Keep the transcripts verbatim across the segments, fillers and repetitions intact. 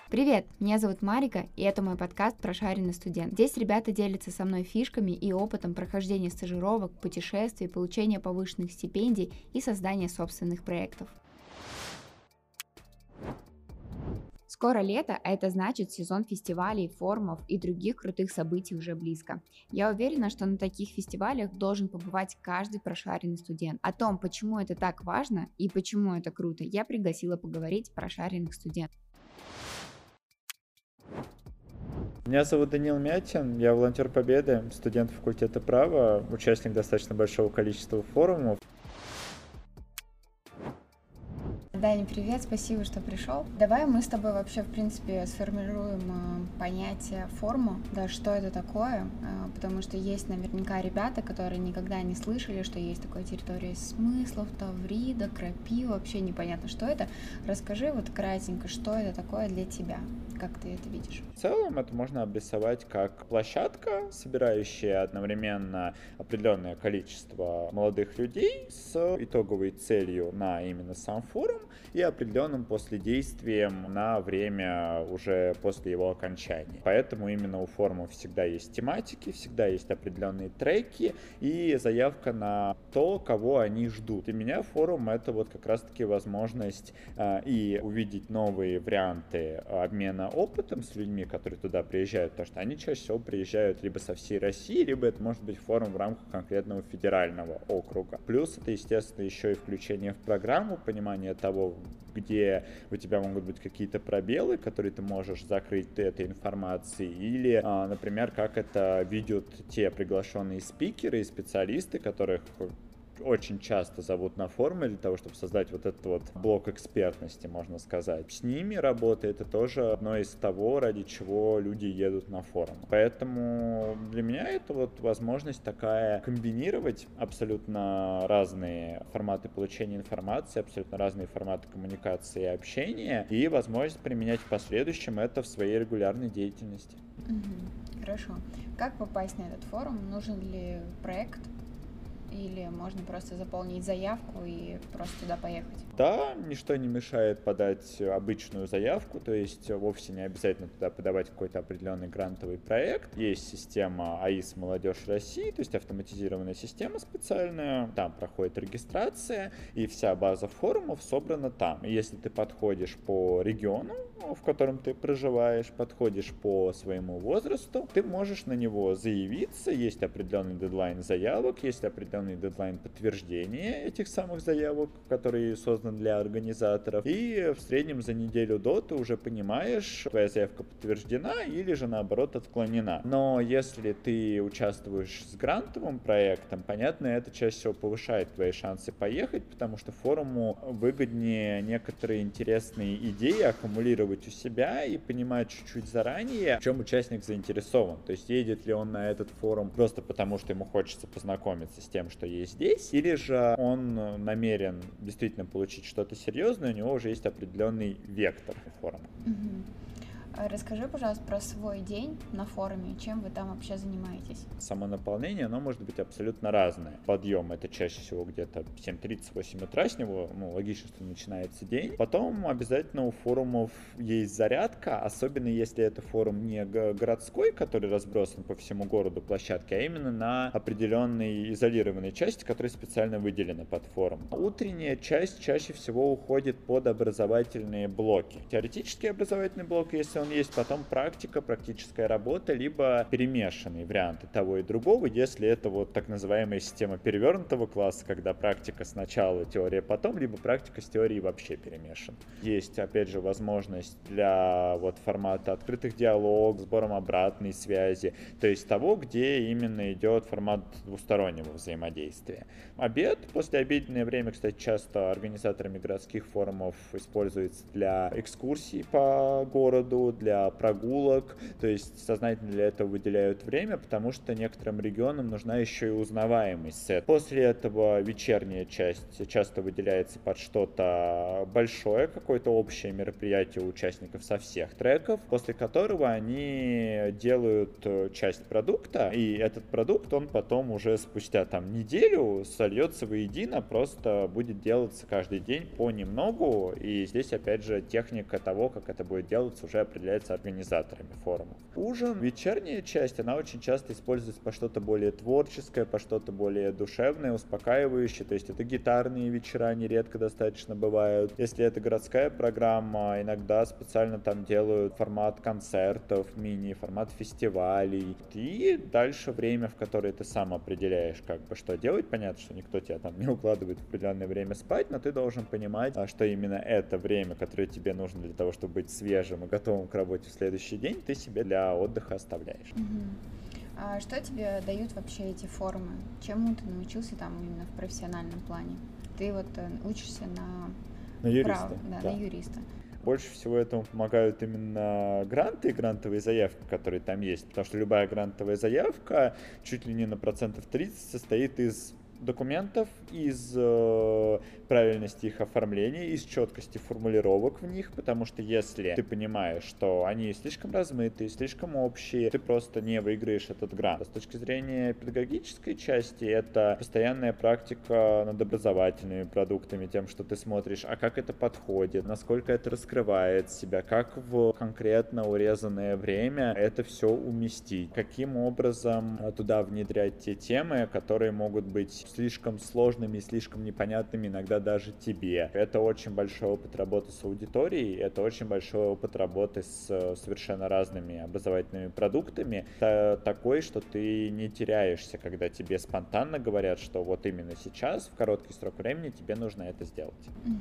Привет, меня зовут Марика, и это мой подкаст «Прошаренный студент». Здесь ребята делятся со мной фишками и опытом прохождения стажировок, путешествий, получения повышенных стипендий и создания собственных проектов. Скоро лето, а это значит сезон фестивалей, форумов и других крутых событий уже близко. Я уверена, что на таких фестивалях должен побывать каждый прошаренный студент. О том, почему это так важно и почему это круто, я пригласила поговорить прошаренных студентов. Меня зовут Данил Мятин, я волонтер Победы, студент факультета права, участник достаточно большого количества форумов. Даня, привет, спасибо, что пришел. Давай мы с тобой вообще, в принципе, сформируем э, понятие форума, да, что это такое, э, потому что есть наверняка ребята, которые никогда не слышали, что есть такая территория смыслов, Таврида, Крапива, вообще непонятно, что это. Расскажи вот кратенько, что это такое для тебя, как ты это видишь? В целом это можно обрисовать как площадка, собирающая одновременно определенное количество молодых людей с итоговой целью на именно сам форум и определенным последействием на время уже после его окончания. Поэтому именно у форумов всегда есть тематики, всегда есть определенные треки и заявка на то, кого они ждут. Для меня форум — это вот как раз-таки возможность э, и увидеть новые варианты обмена опытом с людьми, которые туда приезжают, потому что они чаще всего приезжают либо со всей России, либо это может быть форум в рамках конкретного федерального округа. Плюс это, естественно, еще и включение в программу, понимание того, где у тебя могут быть какие-то пробелы, которые ты можешь закрыть этой информацией, или, например, как это видят те приглашенные спикеры и специалисты, которых очень часто зовут на форумы для того, чтобы создать вот этот вот блок экспертности, можно сказать. С ними работа — это тоже одно из того, ради чего люди едут на форум. Поэтому для меня это вот возможность такая комбинировать абсолютно разные форматы получения информации, абсолютно разные форматы коммуникации и общения, и возможность применять в последующем это в своей регулярной деятельности. Угу. Хорошо. Как попасть на этот форум? Нужен ли проект? Или можно просто заполнить заявку и просто туда поехать? Да, ничто не мешает подать обычную заявку, то есть вовсе не обязательно туда подавать какой-то определенный грантовый проект. Есть система АИС «Молодежь России», то есть автоматизированная система специальная, там проходит регистрация, и вся база форумов собрана там. И если ты подходишь по региону, в котором ты проживаешь, подходишь по своему возрасту, ты можешь на него заявиться, есть определенный дедлайн заявок, есть определенный дедлайн подтверждения этих самых заявок, которые созданы для организаторов, и в среднем за неделю до ты уже понимаешь, твоя заявка подтверждена или же наоборот отклонена. Но если ты участвуешь с грантовым проектом, понятно, это чаще всего повышает твои шансы поехать, потому что форуму выгоднее некоторые интересные идеи аккумулировать у себя и понимать чуть-чуть заранее, в чем участник заинтересован. То есть едет ли он на этот форум просто потому, что ему хочется познакомиться с тем, что есть здесь, или же он намерен действительно получить что-то серьезное, у него уже есть определенный вектор форума. Расскажи, пожалуйста, про свой день на форуме, чем вы там вообще занимаетесь? Само наполнение, оно может быть абсолютно разное. Подъем — это чаще всего где-то семь тридцать — восемь утра, с него, ну, логично, что начинается день. Потом обязательно у форумов есть зарядка, особенно если это форум не городской, который разбросан по всему городу площадки, а именно на определенной изолированной части, которая специально выделена под форум. Утренняя часть чаще всего уходит под образовательные блоки. Теоретический образовательный блок, если он есть, потом практика, практическая работа, либо перемешанные варианты того и другого, если это вот так называемая система перевернутого класса, когда практика сначала, теория потом, либо практика с теорией вообще перемешана. Есть, опять же, возможность для вот формата открытых диалогов, сбором обратной связи, то есть того, где именно идет формат двустороннего взаимодействия. Обед, послеобеденное время, кстати, часто организаторами городских форумов используется для экскурсий по городу, для прогулок, то есть сознательно для этого выделяют время, потому что некоторым регионам нужна еще и узнаваемость. После этого вечерняя часть часто выделяется под что-то большое, какое-то общее мероприятие у участников со всех треков, после которого они делают часть продукта, и этот продукт, он потом уже спустя там неделю сольется воедино, просто будет делаться каждый день понемногу, и здесь опять же техника того, как это будет делаться, уже определена определяется организаторами форума. Ужин, вечерняя часть, она очень часто используется по что-то более творческое, по что-то более душевное, успокаивающее, то есть это гитарные вечера нередко достаточно бывают. Если это городская программа, иногда специально там делают формат концертов, мини-формат фестивалей. И дальше время, в которое ты сам определяешь, как бы что делать. Понятно, что никто тебя там не укладывает в определенное время спать, но ты должен понимать, что именно это время, которое тебе нужно для того, чтобы быть свежим и готовым к работе в следующий день, ты себе для отдыха оставляешь. Угу. А что тебе дают вообще эти форумы? Чему ты научился там именно в профессиональном плане? Ты вот учишься на, на юриста. Прав... Да, да. на юриста. Больше всего этому помогают именно гранты и грантовые заявки, которые там есть, потому что любая грантовая заявка чуть ли не на процентов тридцать состоит из документов, из э, правильности их оформления, из четкости формулировок в них, потому что если ты понимаешь, что они слишком размытые, слишком общие, ты просто не выиграешь этот грант. С точки зрения педагогической части, это постоянная практика над образовательными продуктами, тем, что ты смотришь, а как это подходит, насколько это раскрывает себя, как в конкретно урезанное время это все уместить, каким образом туда внедрять те темы, которые могут быть слишком сложными и слишком непонятными иногда даже тебе. Это очень большой опыт работы с аудиторией, это очень большой опыт работы с совершенно разными образовательными продуктами. Это такой, что ты не теряешься, когда тебе спонтанно говорят, что вот именно сейчас, в короткий срок времени, тебе нужно это сделать.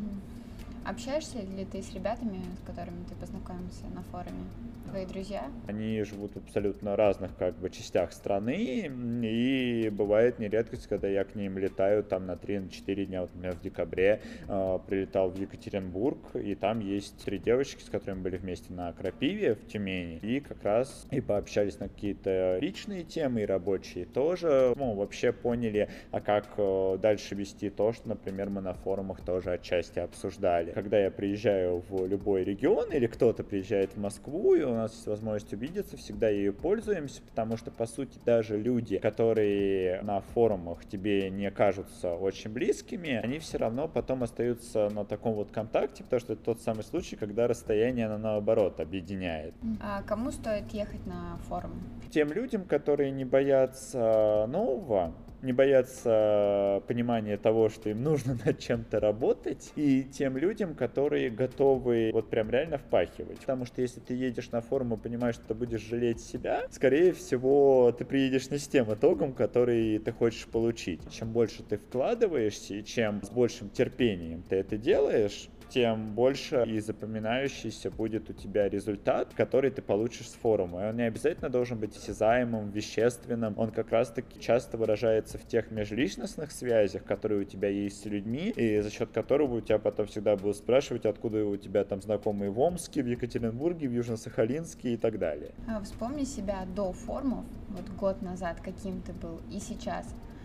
Угу. Общаешься ли ты с ребятами, с которыми ты познакомился на форуме? Твои друзья? Они живут в абсолютно разных как бы частях страны, и бывает нередкость, когда я к ним летаю там на три-четыре дня. Вот, например, в декабре э, прилетал в Екатеринбург, и там есть три девочки, с которыми были вместе на Крапиве в Тюмени, и как раз и пообщались на какие-то личные темы, и рабочие тоже. Ну, вообще поняли, а как э, дальше вести то, что, например, мы на форумах тоже отчасти обсуждали. Когда я приезжаю в любой регион, или кто-то приезжает в Москву, и у нас есть возможность увидеться, всегда ею пользуемся, потому что, по сути, даже люди, которые на форумах тебе не кажутся очень близкими, они все равно потом остаются на таком вот контакте, потому что это тот самый случай, когда расстояние, оно наоборот объединяет. А кому стоит ехать на форум? Тем людям, которые не боятся нового, не боятся понимания того, что им нужно над чем-то работать, и тем людям, которые готовы вот прям реально впахивать. Потому что если ты едешь на форум и понимаешь, что ты будешь жалеть себя, скорее всего, ты приедешь не с тем итогом, который ты хочешь получить. Чем больше ты вкладываешься, и чем с большим терпением ты это делаешь, тем больше и запоминающийся будет у тебя результат, который ты получишь с форума. И он не обязательно должен быть осязаемым, вещественным. Он как раз-таки часто выражается в тех межличностных связях, которые у тебя есть с людьми, и за счет которого у тебя потом всегда будут спрашивать, откуда у тебя там знакомые в Омске, в Екатеринбурге, в Южно-Сахалинске и так далее. А вспомни себя до форумов, вот год назад, каким ты был, и сейчас.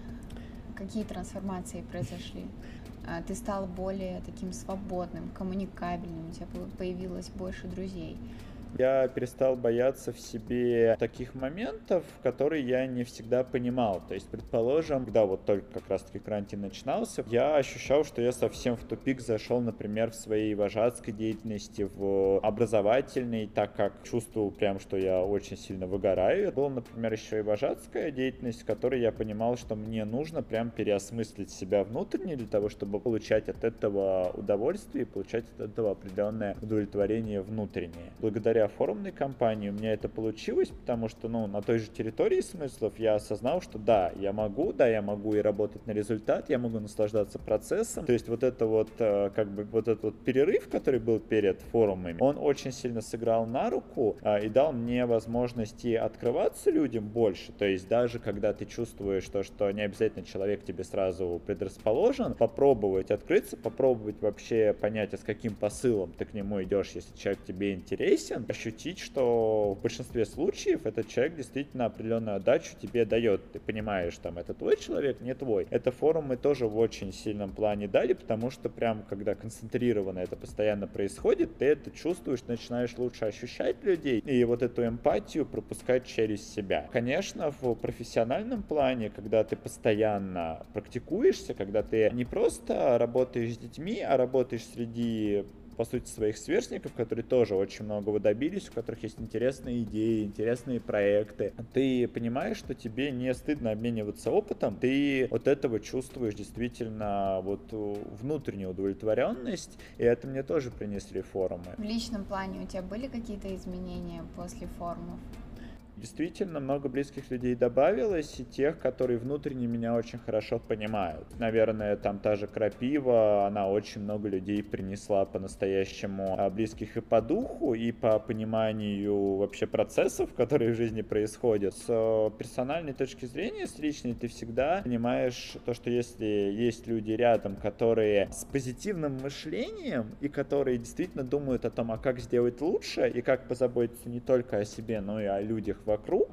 Какие трансформации произошли? Ты стал более таким свободным, коммуникабельным, у тебя появилось больше друзей. Я перестал бояться в себе таких моментов, которые я не всегда понимал. То есть, предположим, когда вот только как раз-таки карантин начинался, я ощущал, что я совсем в тупик зашел, например, в своей вожатской деятельности, в образовательной, так как чувствовал прям, что я очень сильно выгораю. Была, например, еще и вожатская деятельность, в которой я понимал, что мне нужно прям переосмыслить себя внутренне для того, чтобы получать от этого удовольствие и получать от этого определенное удовлетворение внутреннее. Благодаря форумной кампании у меня это получилось, потому что, ну, на той же территории смыслов я осознал, что да, я могу, да, я могу и работать на результат, я могу наслаждаться процессом. То есть вот это вот, как бы, вот этот вот перерыв, который был перед форумами, он очень сильно сыграл на руку и дал мне возможности открываться людям больше. То есть даже когда ты чувствуешь то, что не обязательно человек тебе сразу предрасположен, попробовать открыться, попробовать вообще понять, а с каким посылом ты к нему идешь, если человек тебе интересен, ощутить, что в большинстве случаев этот человек действительно определенную отдачу тебе дает. Ты понимаешь, там, это твой человек, не твой. Это форумы тоже в очень сильном плане дали, потому что прям, когда концентрированно это постоянно происходит, ты это чувствуешь, начинаешь лучше ощущать людей и вот эту эмпатию пропускать через себя. Конечно, в профессиональном плане, когда ты постоянно практикуешься, когда ты не просто работаешь с детьми, а работаешь среди по сути, своих сверстников, которые тоже очень многого добились, у которых есть интересные идеи, интересные проекты. Ты понимаешь, что тебе не стыдно обмениваться опытом, ты от этого чувствуешь действительно вот внутреннюю удовлетворенность, и это мне тоже принесли форумы. В личном плане у тебя были какие-то изменения после форумов? Действительно, много близких людей добавилось, и тех, которые внутренне меня очень хорошо понимают. Наверное, там та же Крапива, она очень много людей принесла по-настоящему близких и по духу, и по пониманию вообще процессов, которые в жизни происходят. С персональной точки зрения, с личной, ты всегда понимаешь то, что если есть люди рядом, которые с позитивным мышлением, и которые действительно думают о том, а как сделать лучше, и как позаботиться не только о себе, но и о людях вокруг,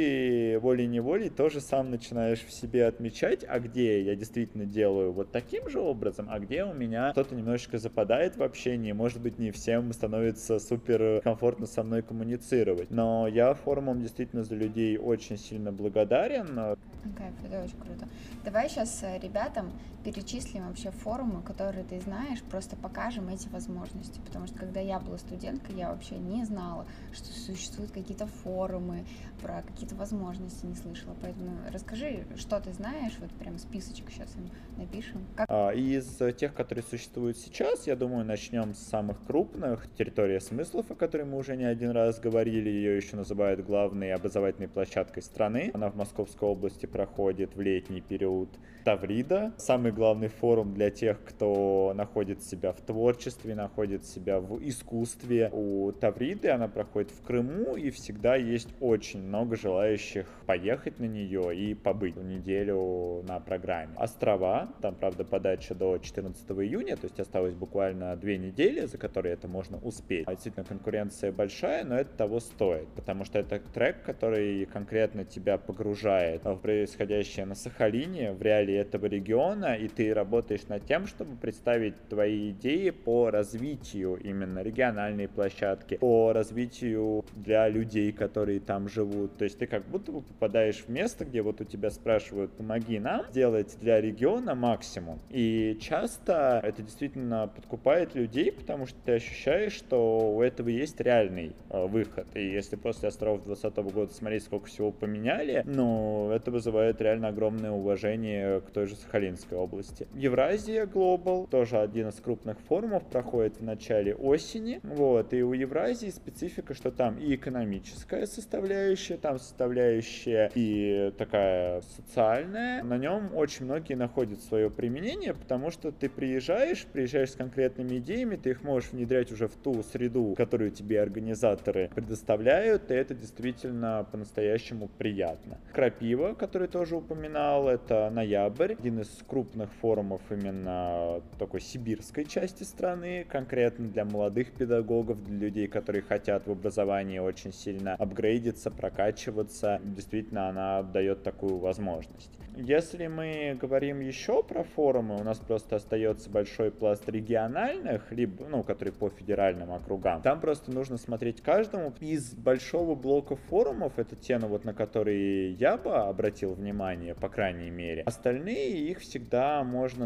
ты волей-неволей тоже сам начинаешь в себе отмечать, а где я действительно делаю вот таким же образом, а где у меня кто-то немножечко западает в общении, может быть, не всем становится супер комфортно со мной коммуницировать. Но я форумом действительно за людей очень сильно благодарен. Кайф, это очень круто. Давай сейчас ребятам перечислим вообще форумы, которые ты знаешь, просто покажем эти возможности, потому что когда я была студенткой, я вообще не знала, что существуют какие-то форумы, про какие-то возможности не слышала, поэтому расскажи, что ты знаешь, вот прям списочек сейчас им напишем. Как... Из тех, которые существуют сейчас, я думаю, начнем с самых крупных. Территория смыслов, о которой мы уже не один раз говорили, ее еще называют главной образовательной площадкой страны. Она в Московской области проходит в летний период. Таврида, самый главный форум для тех, кто находит себя в творчестве, находит себя в искусстве. У Тавриды она проходит в Крыму, и всегда есть очень много желающих поехать на нее и побыть неделю на программе. Острова, там, правда, подача до четырнадцатого июня, то есть осталось буквально две недели, за которые это можно успеть. Действительно, конкуренция большая, но это того стоит, потому что это трек, который конкретно тебя погружает в происходящее на Сахалине, в реалии этого региона, и ты работаешь над тем, чтобы представить твои идеи по развитию именно региональной площадки, по развитию для людей, которые там живут. То есть ты как будто бы попадаешь в место, где вот у тебя спрашивают, помоги нам сделать для региона максимум. И часто это действительно подкупает людей, потому что ты ощущаешь, что у этого есть реальный э, выход. И если после островов двадцатого года смотреть, сколько всего поменяли, ну, это вызывает реально огромное уважение к той же Сахалинской области. Евразия Global, тоже один из крупных форумов, проходит в начале осени. Вот, и у Евразии специфика, что там и экономическая составляющая, там составляющая и такая социальная. На нем очень многие находят свое применение, потому что ты приезжаешь, приезжаешь с конкретными идеями, ты их можешь внедрять уже в ту среду, которую тебе организаторы предоставляют, и это действительно по-настоящему приятно. Крапива, который тоже упоминал, это ноябрь, один из крупных форумов именно такой сибирской части страны, конкретно для молодых педагогов, для людей, которые хотят в образовании очень сильно апгрейдиться, прокачиваться. Действительно, она дает такую возможность. Если мы говорим еще про форумы, у нас просто остается большой пласт региональных, либо, ну, которые по федеральным округам. Там просто нужно смотреть каждому. Из большого блока форумов, это те, ну, вот, на которые я бы обратил внимание, по крайней мере. Остальные, их всегда можно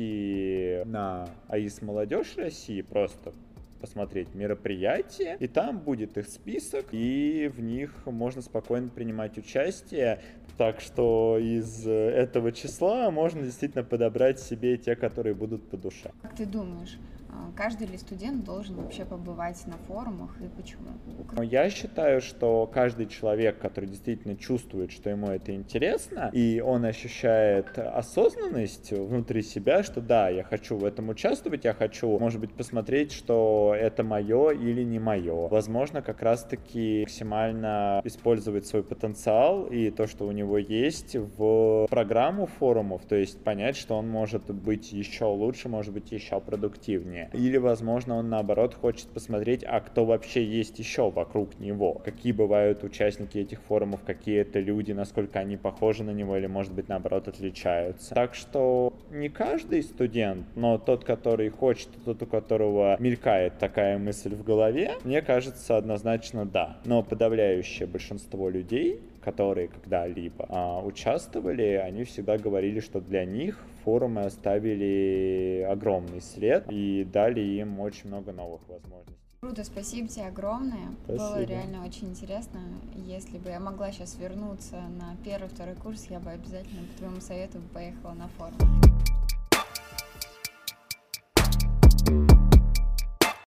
найти на АИС «Молодежь России», просто посмотреть мероприятие, и там будет их список, и в них можно спокойно принимать участие. Так что из этого числа можно действительно подобрать себе те, которые будут по душе. Как ты думаешь, каждый ли студент должен вообще побывать на форумах и почему? Я считаю, что каждый человек, который действительно чувствует, что ему это интересно, и он ощущает осознанность внутри себя, что да, я хочу в этом участвовать, я хочу, может быть, посмотреть, что это мое или не мое. Возможно, как раз-таки максимально использовать свой потенциал и то, что у него есть, в программу форумов, то есть понять, что он может быть еще лучше, может быть, еще продуктивнее. Или, возможно, он, наоборот, хочет посмотреть, а кто вообще есть еще вокруг него. Какие бывают участники этих форумов, какие это люди, насколько они похожи на него или, может быть, наоборот, отличаются. Так что не каждый студент, но тот, который хочет, тот, у которого мелькает такая мысль в голове, мне кажется, однозначно да. Но подавляющее большинство людей, которые когда-либо а, участвовали, они всегда говорили, что для них форумы оставили огромный след и дали им очень много новых возможностей. Круто, спасибо тебе огромное. Спасибо. Было реально очень интересно. Если бы я могла сейчас вернуться на первый-второй курс, я бы обязательно по твоему совету поехала на форум.